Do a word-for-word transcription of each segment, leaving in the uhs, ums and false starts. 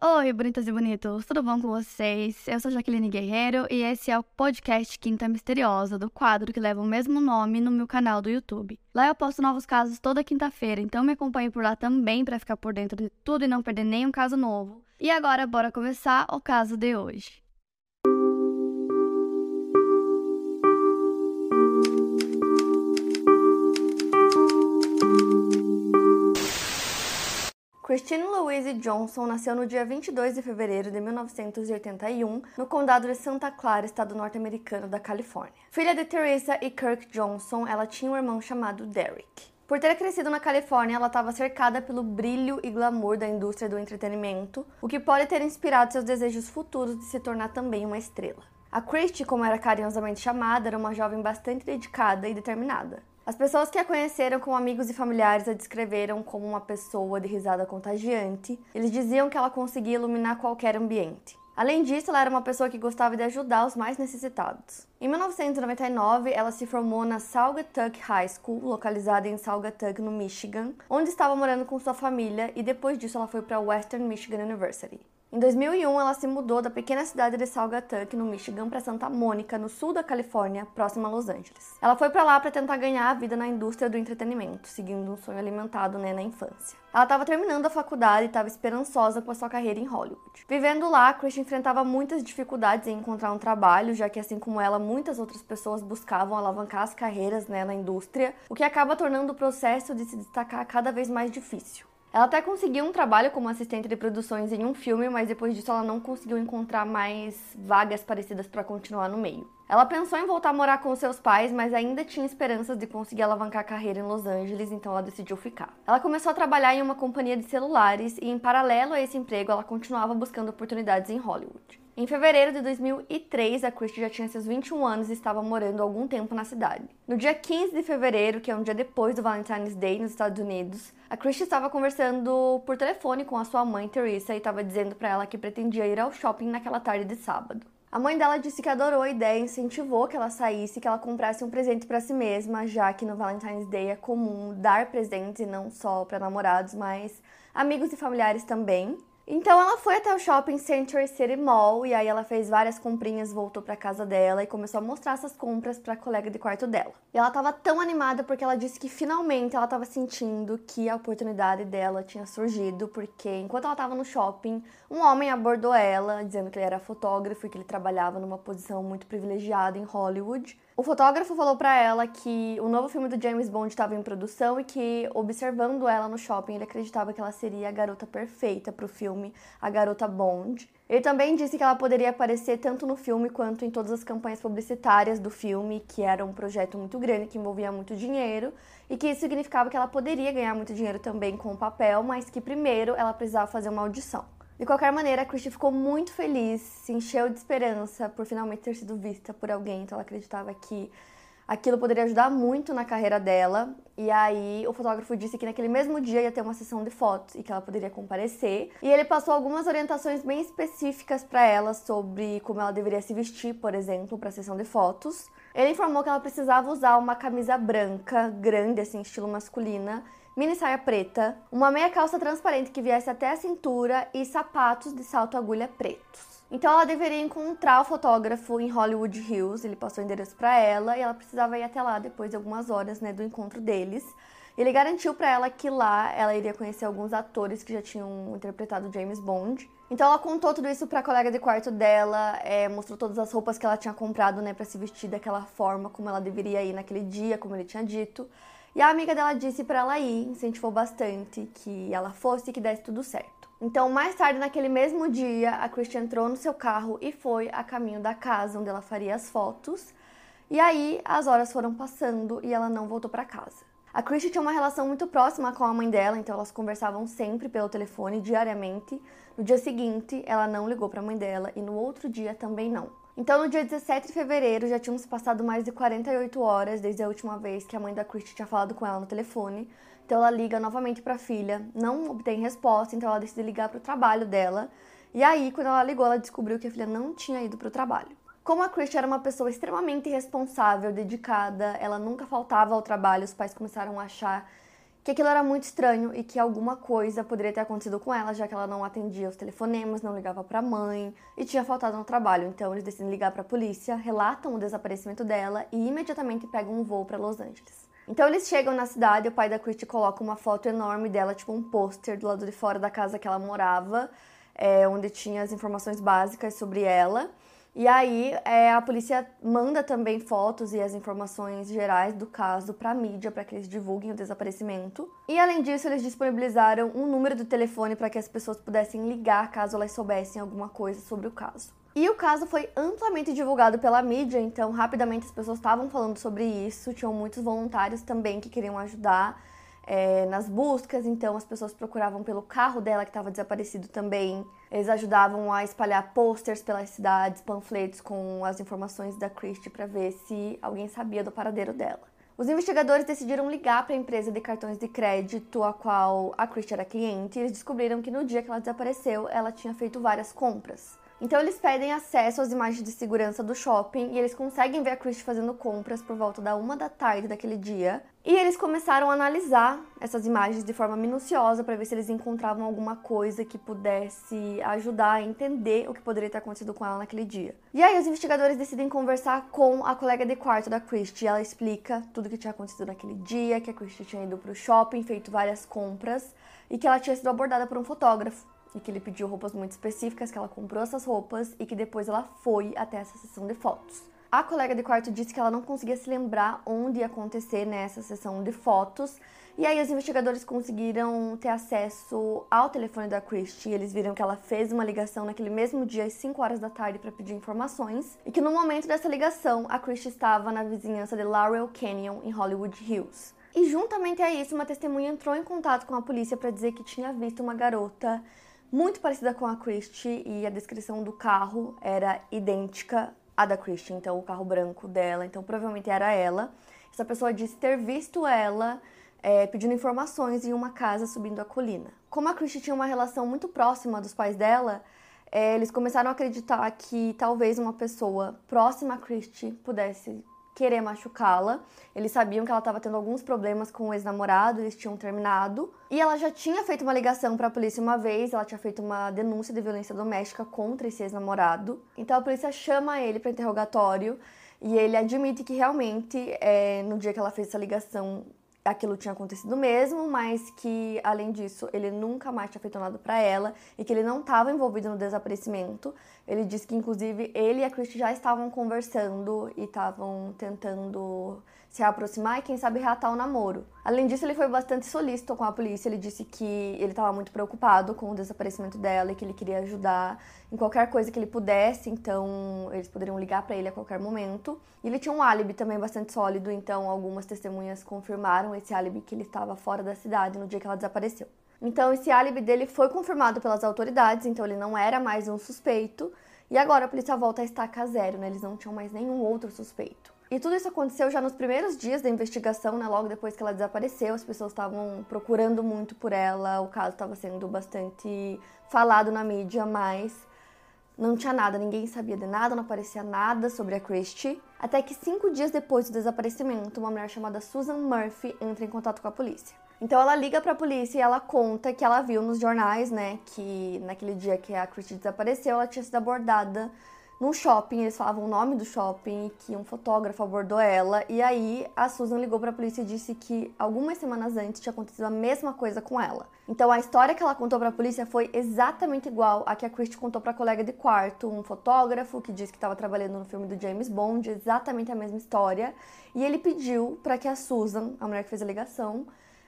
Oi, bonitas e bonitos, tudo bom com vocês? Eu sou Jaqueline Guerreiro e esse é o podcast Quinta Misteriosa, do quadro que leva o mesmo nome no meu canal do YouTube. Lá eu posto novos casos toda quinta-feira, então me acompanhe por lá também para ficar por dentro de tudo e não perder nenhum caso novo. E agora, bora começar o caso de hoje. Christine Louise Johnson nasceu no dia vinte e dois de fevereiro de mil novecentos e oitenta e um, no condado de Santa Clara, estado norte-americano da Califórnia. Filha de Teresa e Kirk Johnson, ela tinha um irmão chamado Derek. Por ter crescido na Califórnia, ela estava cercada pelo brilho e glamour da indústria do entretenimento, o que pode ter inspirado seus desejos futuros de se tornar também uma estrela. A Christy, como era carinhosamente chamada, era uma jovem bastante dedicada e determinada. As pessoas que a conheceram como amigos e familiares a descreveram como uma pessoa de risada contagiante. Eles diziam que ela conseguia iluminar qualquer ambiente. Além disso, ela era uma pessoa que gostava de ajudar os mais necessitados. Em mil novecentos e noventa e nove, ela se formou na Saugatuck High School, localizada em Saugatuck, no Michigan, onde estava morando com sua família, e depois disso ela foi para a Western Michigan University. Em dois mil e um, ela se mudou da pequena cidade de Saugatuck, no Michigan, para Santa Mônica, no sul da Califórnia, próxima a Los Angeles. Ela foi para lá para tentar ganhar a vida na indústria do entretenimento, seguindo um sonho alimentado, né, na infância. Ela estava terminando a faculdade e estava esperançosa com a sua carreira em Hollywood. Vivendo lá, Christy enfrentava muitas dificuldades em encontrar um trabalho, já que, assim como ela, muitas outras pessoas buscavam alavancar as carreiras, né, na indústria, o que acaba tornando o processo de se destacar cada vez mais difícil. Ela até conseguiu um trabalho como assistente de produções em um filme, mas depois disso ela não conseguiu encontrar mais vagas parecidas para continuar no meio. Ela pensou em voltar a morar com seus pais, mas ainda tinha esperanças de conseguir alavancar a carreira em Los Angeles, então ela decidiu ficar. Ela começou a trabalhar em uma companhia de celulares e, em paralelo a esse emprego, ela continuava buscando oportunidades em Hollywood. Em fevereiro de dois mil e três, a Christy já tinha seus vinte e um anos e estava morando há algum tempo na cidade. No dia quinze de fevereiro, que é um dia depois do Valentine's Day nos Estados Unidos, a Christy estava conversando por telefone com a sua mãe, Teresa, e estava dizendo para ela que pretendia ir ao shopping naquela tarde de sábado. A mãe dela disse que adorou a ideia e incentivou que ela saísse e que ela comprasse um presente para si mesma, já que no Valentine's Day é comum dar presentes e não só para namorados, mas amigos e familiares também. Então ela foi até o shopping Century City Mall e aí ela fez várias comprinhas, voltou para casa dela e começou a mostrar essas compras para a colega de quarto dela. E ela estava tão animada porque ela disse que finalmente ela estava sentindo que a oportunidade dela tinha surgido, porque enquanto ela estava no shopping, um homem abordou ela, dizendo que ele era fotógrafo e que ele trabalhava numa posição muito privilegiada em Hollywood. O fotógrafo falou pra ela que o novo filme do James Bond estava em produção e que, observando ela no shopping, ele acreditava que ela seria a garota perfeita pro filme, a garota Bond. Ele também disse que ela poderia aparecer tanto no filme quanto em todas as campanhas publicitárias do filme, que era um projeto muito grande, que envolvia muito dinheiro, e que isso significava que ela poderia ganhar muito dinheiro também com o papel, mas que primeiro ela precisava fazer uma audição. De qualquer maneira, a Christy ficou muito feliz, se encheu de esperança por finalmente ter sido vista por alguém, então ela acreditava que aquilo poderia ajudar muito na carreira dela. E aí o fotógrafo disse que naquele mesmo dia ia ter uma sessão de fotos e que ela poderia comparecer. E ele passou algumas orientações bem específicas para ela sobre como ela deveria se vestir, por exemplo, para a sessão de fotos. Ele informou que ela precisava usar uma camisa branca, grande, assim, estilo masculina, mini saia preta, uma meia calça transparente que viesse até a cintura e sapatos de salto agulha pretos. Então ela deveria encontrar o fotógrafo em Hollywood Hills, ele passou o endereço para ela e ela precisava ir até lá depois de algumas horas, né, do encontro deles. Ele garantiu para ela que lá ela iria conhecer alguns atores que já tinham interpretado James Bond. Então ela contou tudo isso para a colega de quarto dela, é, mostrou todas as roupas que ela tinha comprado, né, para se vestir daquela forma como ela deveria ir naquele dia, como ele tinha dito. E a amiga dela disse para ela ir, incentivou bastante que ela fosse e que desse tudo certo. Então, mais tarde, naquele mesmo dia, a Christy entrou no seu carro e foi a caminho da casa onde ela faria as fotos. E aí, as horas foram passando e ela não voltou para casa. A Christy tinha uma relação muito próxima com a mãe dela, então elas conversavam sempre pelo telefone, diariamente. No dia seguinte, ela não ligou para a mãe dela e no outro dia também não. Então, no dia dezessete de fevereiro, já tínhamos passado mais de quarenta e oito horas desde a última vez que a mãe da Christy tinha falado com ela no telefone. Então, ela liga novamente para a filha, não obtém resposta, então ela decide ligar para o trabalho dela. E aí, quando ela ligou, ela descobriu que a filha não tinha ido para o trabalho. Como a Christy era uma pessoa extremamente responsável, dedicada, ela nunca faltava ao trabalho, os pais começaram a achar que aquilo era muito estranho e que alguma coisa poderia ter acontecido com ela, já que ela não atendia os telefonemas, não ligava pra mãe e tinha faltado no trabalho. Então eles decidem ligar pra polícia, relatam o desaparecimento dela e imediatamente pegam um voo pra Los Angeles. Então eles chegam na cidade, o pai da Christie coloca uma foto enorme dela, tipo um pôster do lado de fora da casa que ela morava, é, onde tinha as informações básicas sobre ela. E aí é, a polícia manda também fotos e as informações gerais do caso para a mídia, para que eles divulguem o desaparecimento. E além disso, eles disponibilizaram um número do telefone para que as pessoas pudessem ligar caso elas soubessem alguma coisa sobre o caso. E o caso foi amplamente divulgado pela mídia, então rapidamente as pessoas estavam falando sobre isso, tinham muitos voluntários também que queriam ajudar é, nas buscas, então as pessoas procuravam pelo carro dela que estava desaparecido também. Eles ajudavam a espalhar posters pelas cidades, panfletos com as informações da Christie para ver se alguém sabia do paradeiro dela. Os investigadores decidiram ligar para a empresa de cartões de crédito a qual a Christie era cliente e eles descobriram que no dia que ela desapareceu, ela tinha feito várias compras. Então eles pedem acesso às imagens de segurança do shopping e eles conseguem ver a Christie fazendo compras por volta da uma da tarde daquele dia. E eles começaram a analisar essas imagens de forma minuciosa para ver se eles encontravam alguma coisa que pudesse ajudar a entender o que poderia ter acontecido com ela naquele dia. E aí os investigadores decidem conversar com a colega de quarto da Christie. Ela explica tudo o que tinha acontecido naquele dia, que a Christie tinha ido para o shopping, feito várias compras e que ela tinha sido abordada por um fotógrafo. E que ele pediu roupas muito específicas, que ela comprou essas roupas e que depois ela foi até essa sessão de fotos. A colega de quarto disse que ela não conseguia se lembrar onde ia acontecer nessa sessão de fotos. E aí os investigadores conseguiram ter acesso ao telefone da Christie. Eles viram que ela fez uma ligação naquele mesmo dia às cinco horas da tarde para pedir informações. E que no momento dessa ligação, a Christie estava na vizinhança de Laurel Canyon, em Hollywood Hills. E juntamente a isso, uma testemunha entrou em contato com a polícia para dizer que tinha visto uma garota muito parecida com a Christie e a descrição do carro era idêntica à da Christie, então o carro branco dela, então provavelmente era ela. Essa pessoa disse ter visto ela é, pedindo informações em uma casa subindo a colina. Como a Christie tinha uma relação muito próxima dos pais dela, é, eles começaram a acreditar que talvez uma pessoa próxima a Christie pudesse querer machucá-la. Eles sabiam que ela estava tendo alguns problemas com o ex-namorado, eles tinham terminado. E ela já tinha feito uma ligação para a polícia uma vez, ela tinha feito uma denúncia de violência doméstica contra esse ex-namorado. Então a polícia chama ele para interrogatório e ele admite que realmente, é, no dia que ela fez essa ligação, aquilo tinha acontecido mesmo, mas que, além disso, ele nunca mais tinha feito nada pra ela e que ele não estava envolvido no desaparecimento. Ele disse que, inclusive, ele e a Christie já estavam conversando e estavam tentando se aproximar e, quem sabe, reatar o namoro. Além disso, ele foi bastante solícito com a polícia. Ele disse que ele estava muito preocupado com o desaparecimento dela e que ele queria ajudar em qualquer coisa que ele pudesse, então eles poderiam ligar para ele a qualquer momento. E ele tinha um álibi também bastante sólido, então algumas testemunhas confirmaram esse álibi que ele estava fora da cidade no dia que ela desapareceu. Então esse álibi dele foi confirmado pelas autoridades, então ele não era mais um suspeito. E agora a polícia volta a estaca zero, né? Eles não tinham mais nenhum outro suspeito. E tudo isso aconteceu já nos primeiros dias da investigação, né? Logo depois que ela desapareceu, as pessoas estavam procurando muito por ela, o caso estava sendo bastante falado na mídia, mas não tinha nada, ninguém sabia de nada, não aparecia nada sobre a Christie. Até que cinco dias depois do desaparecimento, uma mulher chamada Susan Murphy entra em contato com a polícia. Então ela liga pra polícia e ela conta que ela viu nos jornais, né, que naquele dia que a Christie desapareceu, ela tinha sido abordada num shopping, eles falavam o nome do shopping, que um fotógrafo abordou ela, e aí a Susan ligou pra polícia e disse que algumas semanas antes tinha acontecido a mesma coisa com ela. Então a história que ela contou pra polícia foi exatamente igual à que a Christie contou pra colega de quarto, um fotógrafo que disse que estava trabalhando no filme do James Bond, exatamente a mesma história, e ele pediu pra que a Susan, a mulher que fez a ligação,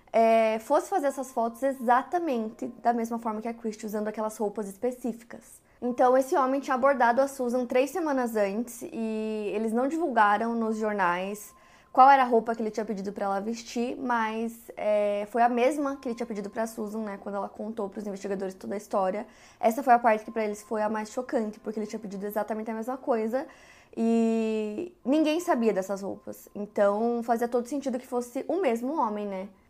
é, fosse fazer essas fotos exatamente da mesma forma que a Christie, usando aquelas roupas específicas. Então, esse homem tinha abordado a Susan três semanas antes e eles não divulgaram nos jornais qual era a roupa que ele tinha pedido para ela vestir, mas é, foi a mesma que ele tinha pedido para a Susan, né, quando ela contou para os investigadores toda a história. Essa foi a parte que para eles foi a mais chocante, porque ele tinha pedido exatamente a mesma coisa e ninguém sabia dessas roupas. Então, fazia todo sentido que fosse o mesmo homem, né?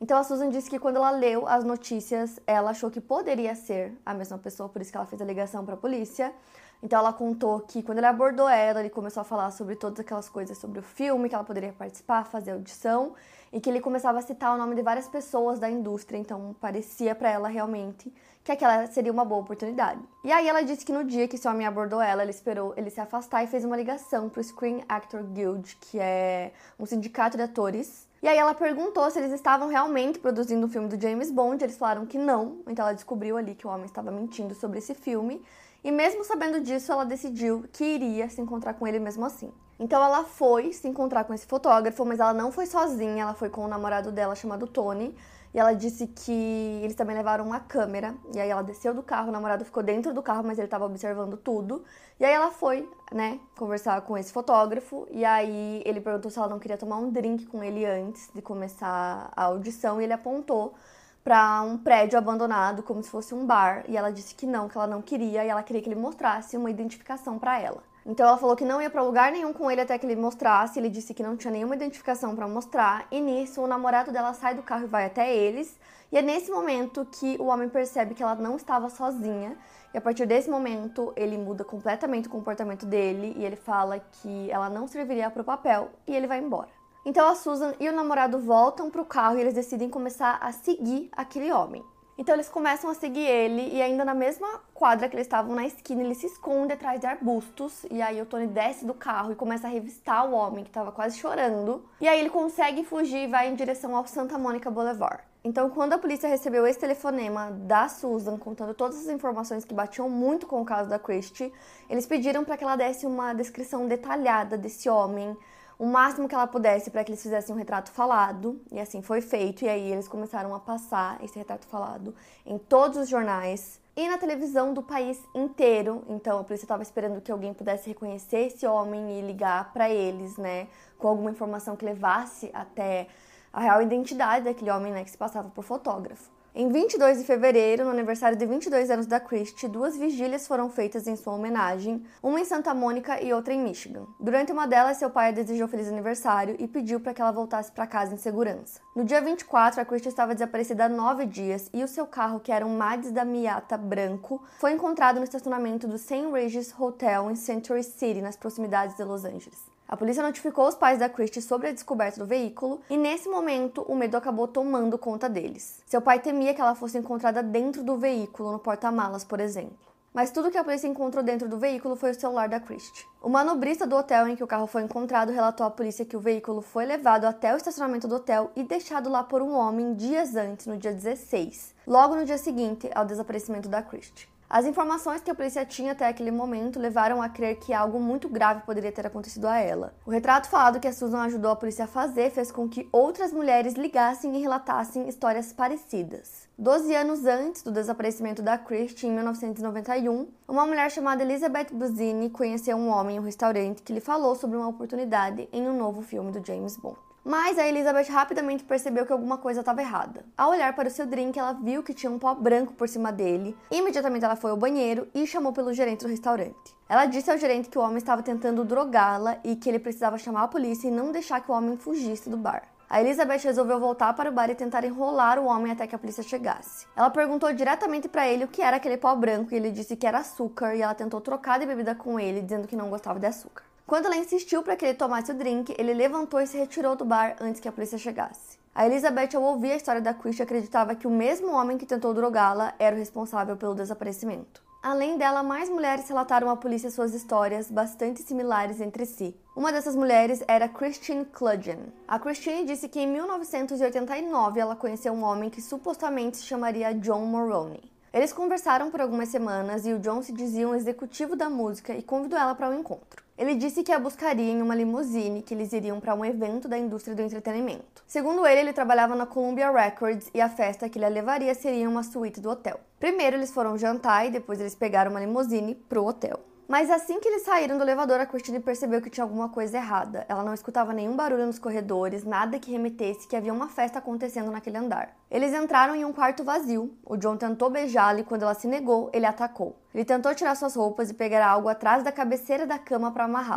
Então a Susan disse que quando ela leu as notícias, ela achou que poderia ser a mesma pessoa, por isso que ela fez a ligação para a polícia. Então ela contou que quando ele abordou ela, ele começou a falar sobre todas aquelas coisas sobre o filme, que ela poderia participar, fazer audição, e que ele começava a citar o nome de várias pessoas da indústria, então parecia para ela realmente que aquela seria uma boa oportunidade. E aí ela disse que no dia que esse homem abordou ela, ele esperou ele se afastar e fez uma ligação pro Screen Actor Guild, que é um sindicato de atores. E aí ela perguntou se eles estavam realmente produzindo um filme do James Bond, eles falaram que não, então ela descobriu ali que o homem estava mentindo sobre esse filme. E mesmo sabendo disso, ela decidiu que iria se encontrar com ele mesmo assim. Então ela foi se encontrar com esse fotógrafo, mas ela não foi sozinha, ela foi com o namorado dela chamado Tony. E ela disse que eles também levaram uma câmera. E aí ela desceu do carro, o namorado ficou dentro do carro, mas ele estava observando tudo. E aí ela foi, né, conversar com esse fotógrafo. E aí ele perguntou se ela não queria tomar um drink com ele antes de começar a audição. E ele apontou para um prédio abandonado, como se fosse um bar, e ela disse que não, que ela não queria, e ela queria que ele mostrasse uma identificação para ela. Então ela falou que não ia para lugar nenhum com ele até que ele mostrasse, ele disse que não tinha nenhuma identificação para mostrar, e nisso o namorado dela sai do carro e vai até eles, e é nesse momento que o homem percebe que ela não estava sozinha, e a partir desse momento ele muda completamente o comportamento dele, e ele fala que ela não serviria para o papel, e ele vai embora. Então a Susan e o namorado voltam pro carro e eles decidem começar a seguir aquele homem. Então eles começam a seguir ele e ainda na mesma quadra que eles estavam na esquina, ele se esconde atrás de arbustos. E aí o Tony desce do carro e começa a revistar o homem que estava quase chorando. E aí ele consegue fugir e vai em direção ao Santa Monica Boulevard. Então quando a polícia recebeu esse telefonema da Susan contando todas as informações que batiam muito com o caso da Christie, eles pediram para que ela desse uma descrição detalhada desse homem, o máximo que ela pudesse para que eles fizessem um retrato falado, e assim foi feito, e aí eles começaram a passar esse retrato falado em todos os jornais e na televisão do país inteiro. Então a polícia estava esperando que alguém pudesse reconhecer esse homem e ligar para eles, né, com alguma informação que levasse até a real identidade daquele homem, né, que se passava por fotógrafo. Em vinte e dois de fevereiro, no aniversário de vinte e dois anos da Christie, duas vigílias foram feitas em sua homenagem, uma em Santa Mônica e outra em Michigan. Durante uma delas, seu pai a desejou feliz aniversário e pediu para que ela voltasse para casa em segurança. No dia vinte e quatro, a Christie estava desaparecida há nove dias e o seu carro, que era um Mazda Miata branco, foi encontrado no estacionamento do Saint Regis Hotel em Century City, nas proximidades de Los Angeles. A polícia notificou os pais da Christie sobre a descoberta do veículo e, nesse momento, o medo acabou tomando conta deles. Seu pai temia que ela fosse encontrada dentro do veículo, no porta-malas, por exemplo. Mas tudo que a polícia encontrou dentro do veículo foi o celular da Christie. O manobrista do hotel em que o carro foi encontrado relatou à polícia que o veículo foi levado até o estacionamento do hotel e deixado lá por um homem dias antes, no dia dezesseis, logo no dia seguinte ao desaparecimento da Christie. As informações que a polícia tinha até aquele momento levaram a crer que algo muito grave poderia ter acontecido a ela. O retrato falado que a Susan ajudou a polícia a fazer fez com que outras mulheres ligassem e relatassem histórias parecidas. Doze anos antes do desaparecimento da Christie, em mil novecentos e noventa e um, uma mulher chamada Elizabeth Buzzini conheceu um homem em um restaurante que lhe falou sobre uma oportunidade em um novo filme do James Bond. Mas a Elizabeth rapidamente percebeu que alguma coisa estava errada. Ao olhar para o seu drink, ela viu que tinha um pó branco por cima dele. Imediatamente ela foi ao banheiro e chamou pelo gerente do restaurante. Ela disse ao gerente que o homem estava tentando drogá-la e que ele precisava chamar a polícia e não deixar que o homem fugisse do bar. A Elizabeth resolveu voltar para o bar e tentar enrolar o homem até que a polícia chegasse. Ela perguntou diretamente para ele o que era aquele pó branco e ele disse que era açúcar, e ela tentou trocar de bebida com ele, dizendo que não gostava de açúcar. Quando ela insistiu para que ele tomasse o drink, ele levantou e se retirou do bar antes que a polícia chegasse. A Elizabeth, ao ouvir a história da Christie, acreditava que o mesmo homem que tentou drogá-la era o responsável pelo desaparecimento. Além dela, mais mulheres relataram à polícia suas histórias, bastante similares entre si. Uma dessas mulheres era Christine Cludgen. A Christine disse que em mil novecentos e oitenta e nove ela conheceu um homem que supostamente se chamaria John Moroni. Eles conversaram por algumas semanas e o John se dizia um executivo da música e convidou ela para um encontro. Ele disse que a buscaria em uma limusine, que eles iriam para um evento da indústria do entretenimento. Segundo ele, ele trabalhava na Columbia Records e a festa que ele a levaria seria uma suíte do hotel. Primeiro eles foram jantar e depois eles pegaram uma limusine pro hotel. Mas assim que eles saíram do elevador, a Christine percebeu que tinha alguma coisa errada. Ela não escutava nenhum barulho nos corredores, nada que remetesse que havia uma festa acontecendo naquele andar. Eles entraram em um quarto vazio. O John tentou beijá-la e quando ela se negou, ele atacou. Ele tentou tirar suas roupas e pegar algo atrás da cabeceira da cama para amarrá-la.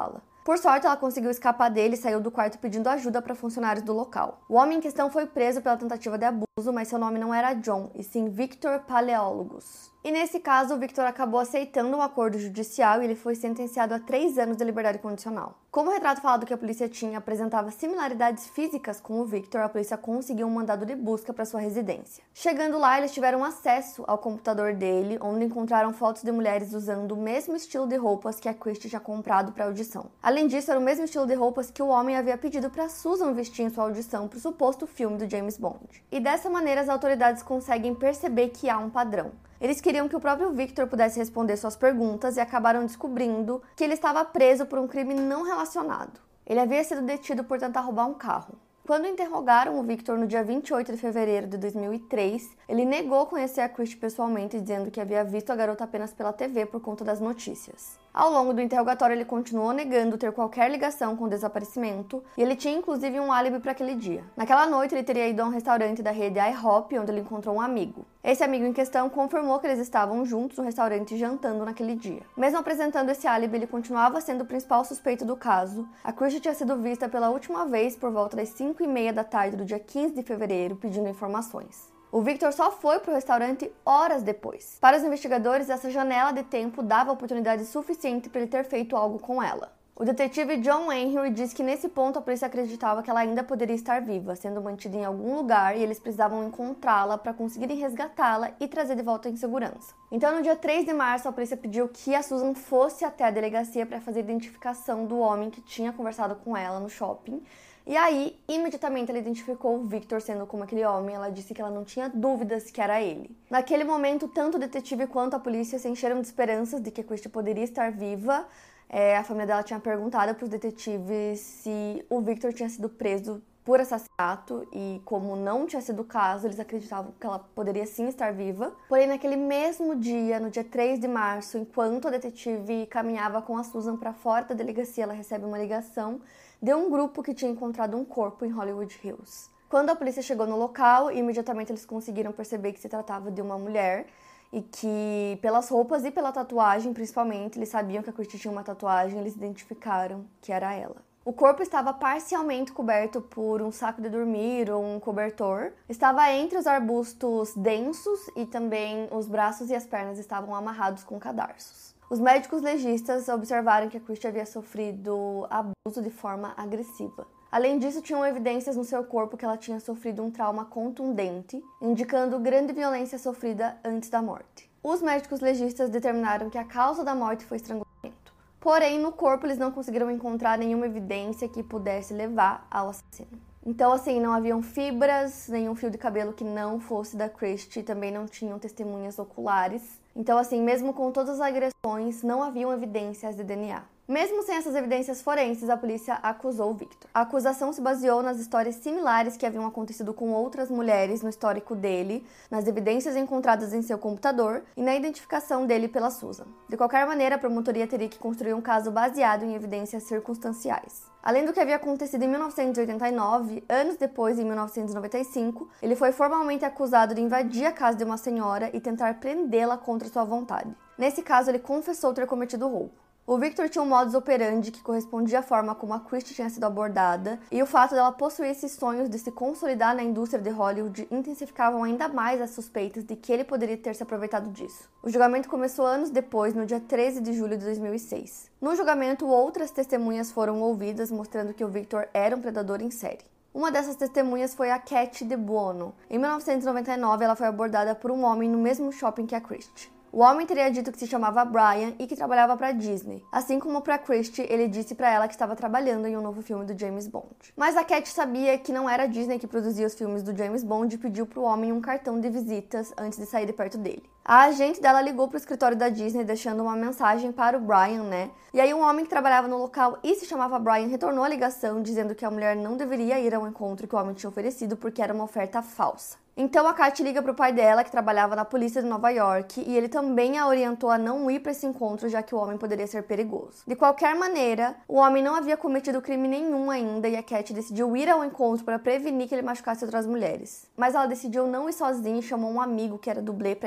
Por sorte, ela conseguiu escapar dele e saiu do quarto pedindo ajuda para funcionários do local. O homem em questão foi preso pela tentativa de abuso, mas seu nome não era John, e sim Victor Paleólogos. E nesse caso, o Victor acabou aceitando um acordo judicial e ele foi sentenciado a três anos de liberdade condicional. Como o retrato falado que a polícia tinha apresentava similaridades físicas com o Victor, a polícia conseguiu um mandado de busca para sua residência. Chegando lá, eles tiveram acesso ao computador dele, onde encontraram fotos de mulheres usando o mesmo estilo de roupas que a Christie tinha comprado para a audição. Além disso, era o mesmo estilo de roupas que o homem havia pedido para Susan vestir em sua audição para o suposto filme do James Bond. E dessa maneira, as autoridades conseguem perceber que há um padrão. Eles queriam que o próprio Victor pudesse responder suas perguntas e acabaram descobrindo que ele estava preso por um crime não relacionado. Ele havia sido detido por tentar roubar um carro. Quando interrogaram o Victor no dia vinte e oito de fevereiro de dois mil e três, ele negou conhecer a Christie pessoalmente, dizendo que havia visto a garota apenas pela T V por conta das notícias. Ao longo do interrogatório, ele continuou negando ter qualquer ligação com o desaparecimento, e ele tinha inclusive um álibi para aquele dia. Naquela noite, ele teria ido a um restaurante da rede IHOP, onde ele encontrou um amigo. Esse amigo em questão confirmou que eles estavam juntos no restaurante jantando naquele dia. Mesmo apresentando esse álibi, ele continuava sendo o principal suspeito do caso. A Christie tinha sido vista pela última vez por volta das cinco e meia da tarde do dia quinze de fevereiro, pedindo informações. O Victor só foi para o restaurante horas depois. Para os investigadores, essa janela de tempo dava oportunidade suficiente para ele ter feito algo com ela. O detetive John Henry diz que nesse ponto a polícia acreditava que ela ainda poderia estar viva, sendo mantida em algum lugar, e eles precisavam encontrá-la para conseguirem resgatá-la e trazer de volta em segurança. Então, no dia três de março, a polícia pediu que a Susan fosse até a delegacia para fazer a identificação do homem que tinha conversado com ela no shopping. E aí, imediatamente, ela identificou o Victor sendo como aquele homem. Ela disse que ela não tinha dúvidas que era ele. Naquele momento, tanto o detetive quanto a polícia se encheram de esperanças de que a Christie poderia estar viva. É, a família dela tinha perguntado para os detetives se o Victor tinha sido preso por assassinato, e como não tinha sido o caso, eles acreditavam que ela poderia sim estar viva. Porém, naquele mesmo dia, no dia três de março, enquanto a detetive caminhava com a Susan para fora da delegacia, ela recebe uma ligação de um grupo que tinha encontrado um corpo em Hollywood Hills. Quando a polícia chegou no local, imediatamente eles conseguiram perceber que se tratava de uma mulher, e que pelas roupas e pela tatuagem, principalmente, eles sabiam que a Christie tinha uma tatuagem, eles identificaram que era ela. O corpo estava parcialmente coberto por um saco de dormir ou um cobertor. Estava entre os arbustos densos e também os braços e as pernas estavam amarrados com cadarços. Os médicos legistas observaram que a Christie havia sofrido abuso de forma agressiva. Além disso, tinham evidências no seu corpo que ela tinha sofrido um trauma contundente, indicando grande violência sofrida antes da morte. Os médicos legistas determinaram que a causa da morte foi estrangulamento. Porém, no corpo eles não conseguiram encontrar nenhuma evidência que pudesse levar ao assassino. Então, assim, não haviam fibras, nenhum fio de cabelo que não fosse da Christie, também não tinham testemunhas oculares. Então, assim, mesmo com todas as agressões, não haviam evidências de D N A. Mesmo sem essas evidências forenses, a polícia acusou o Victor. A acusação se baseou nas histórias similares que haviam acontecido com outras mulheres no histórico dele, nas evidências encontradas em seu computador e na identificação dele pela Susan. De qualquer maneira, a promotoria teria que construir um caso baseado em evidências circunstanciais. Além do que havia acontecido em mil novecentos e oitenta e nove, anos depois, em mil novecentos e noventa e cinco, ele foi formalmente acusado de invadir a casa de uma senhora e tentar prendê-la contra sua vontade. Nesse caso, ele confessou ter cometido o roubo. O Victor tinha um modus operandi que correspondia à forma como a Christie tinha sido abordada, e o fato dela possuir esses sonhos de se consolidar na indústria de Hollywood intensificavam ainda mais as suspeitas de que ele poderia ter se aproveitado disso. O julgamento começou anos depois, no dia treze de julho de dois mil e seis. No julgamento, outras testemunhas foram ouvidas, mostrando que o Victor era um predador em série. Uma dessas testemunhas foi a Cat De Buono. Em mil novecentos e noventa e nove, ela foi abordada por um homem no mesmo shopping que a Christie. O homem teria dito que se chamava Brian e que trabalhava para a Disney. Assim como para Christie, ele disse para ela que estava trabalhando em um novo filme do James Bond. Mas a Cat sabia que não era a Disney que produzia os filmes do James Bond e pediu para o homem um cartão de visitas antes de sair de perto dele. A agente dela ligou para o escritório da Disney deixando uma mensagem para o Brian, né? E aí um homem que trabalhava no local e se chamava Brian retornou a ligação dizendo que a mulher não deveria ir ao encontro que o homem tinha oferecido porque era uma oferta falsa. Então a Kat liga para o pai dela, que trabalhava na polícia de Nova York, e ele também a orientou a não ir para esse encontro, já que o homem poderia ser perigoso. De qualquer maneira, o homem não havia cometido crime nenhum ainda, e a Kat decidiu ir ao encontro para prevenir que ele machucasse outras mulheres. Mas ela decidiu não ir sozinha e chamou um amigo que era dublê para ir com ela.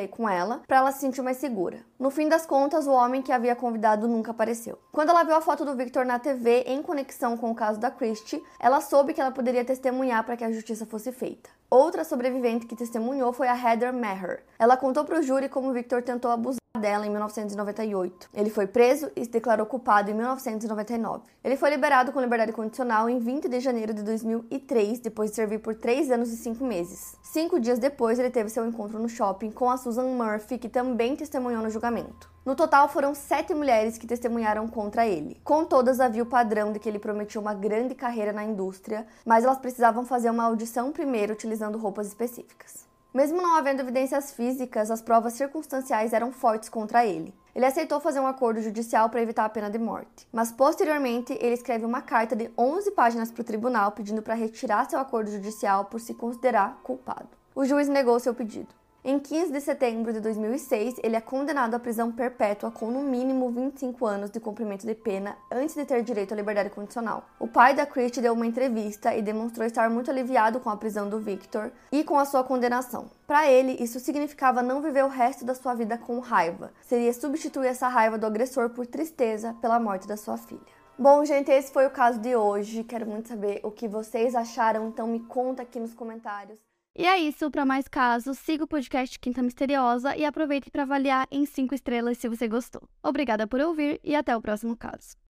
dela para ela se sentir mais segura. No fim das contas, o homem que havia convidado nunca apareceu. Quando ela viu a foto do Victor na T V em conexão com o caso da Christie, ela soube que ela poderia testemunhar para que a justiça fosse feita. Outra sobrevivente que testemunhou foi a Heather Maher. Ela contou para o júri como Victor tentou abusar dela em mil novecentos e noventa e oito. Ele foi preso e se declarou culpado em mil novecentos e noventa e nove. Ele foi liberado com liberdade condicional em vinte de janeiro de dois mil e três, depois de servir por três anos e cinco meses. Cinco dias depois, ele teve seu encontro no shopping com a Susan Murphy, que também testemunhou no julgamento. No total, foram sete mulheres que testemunharam contra ele. Com todas, havia o padrão de que ele prometia uma grande carreira na indústria, mas elas precisavam fazer uma audição primeiro, utilizando roupas específicas. Mesmo não havendo evidências físicas, as provas circunstanciais eram fortes contra ele. Ele aceitou fazer um acordo judicial para evitar a pena de morte, mas posteriormente ele escreve uma carta de onze páginas para o tribunal pedindo para retirar seu acordo judicial por se considerar culpado. O juiz negou seu pedido. Em quinze de setembro de dois mil e seis, ele é condenado à prisão perpétua com no mínimo vinte e cinco anos de cumprimento de pena antes de ter direito à liberdade condicional. O pai da Christie deu uma entrevista e demonstrou estar muito aliviado com a prisão do Victor e com a sua condenação. Para ele, isso significava não viver o resto da sua vida com raiva. Seria substituir essa raiva do agressor por tristeza pela morte da sua filha. Bom, gente, esse foi o caso de hoje. Quero muito saber o que vocês acharam, então me conta aqui nos comentários. E é isso, para mais casos, siga o podcast Quinta Misteriosa e aproveite para avaliar em cinco estrelas se você gostou. Obrigada por ouvir e até o próximo caso.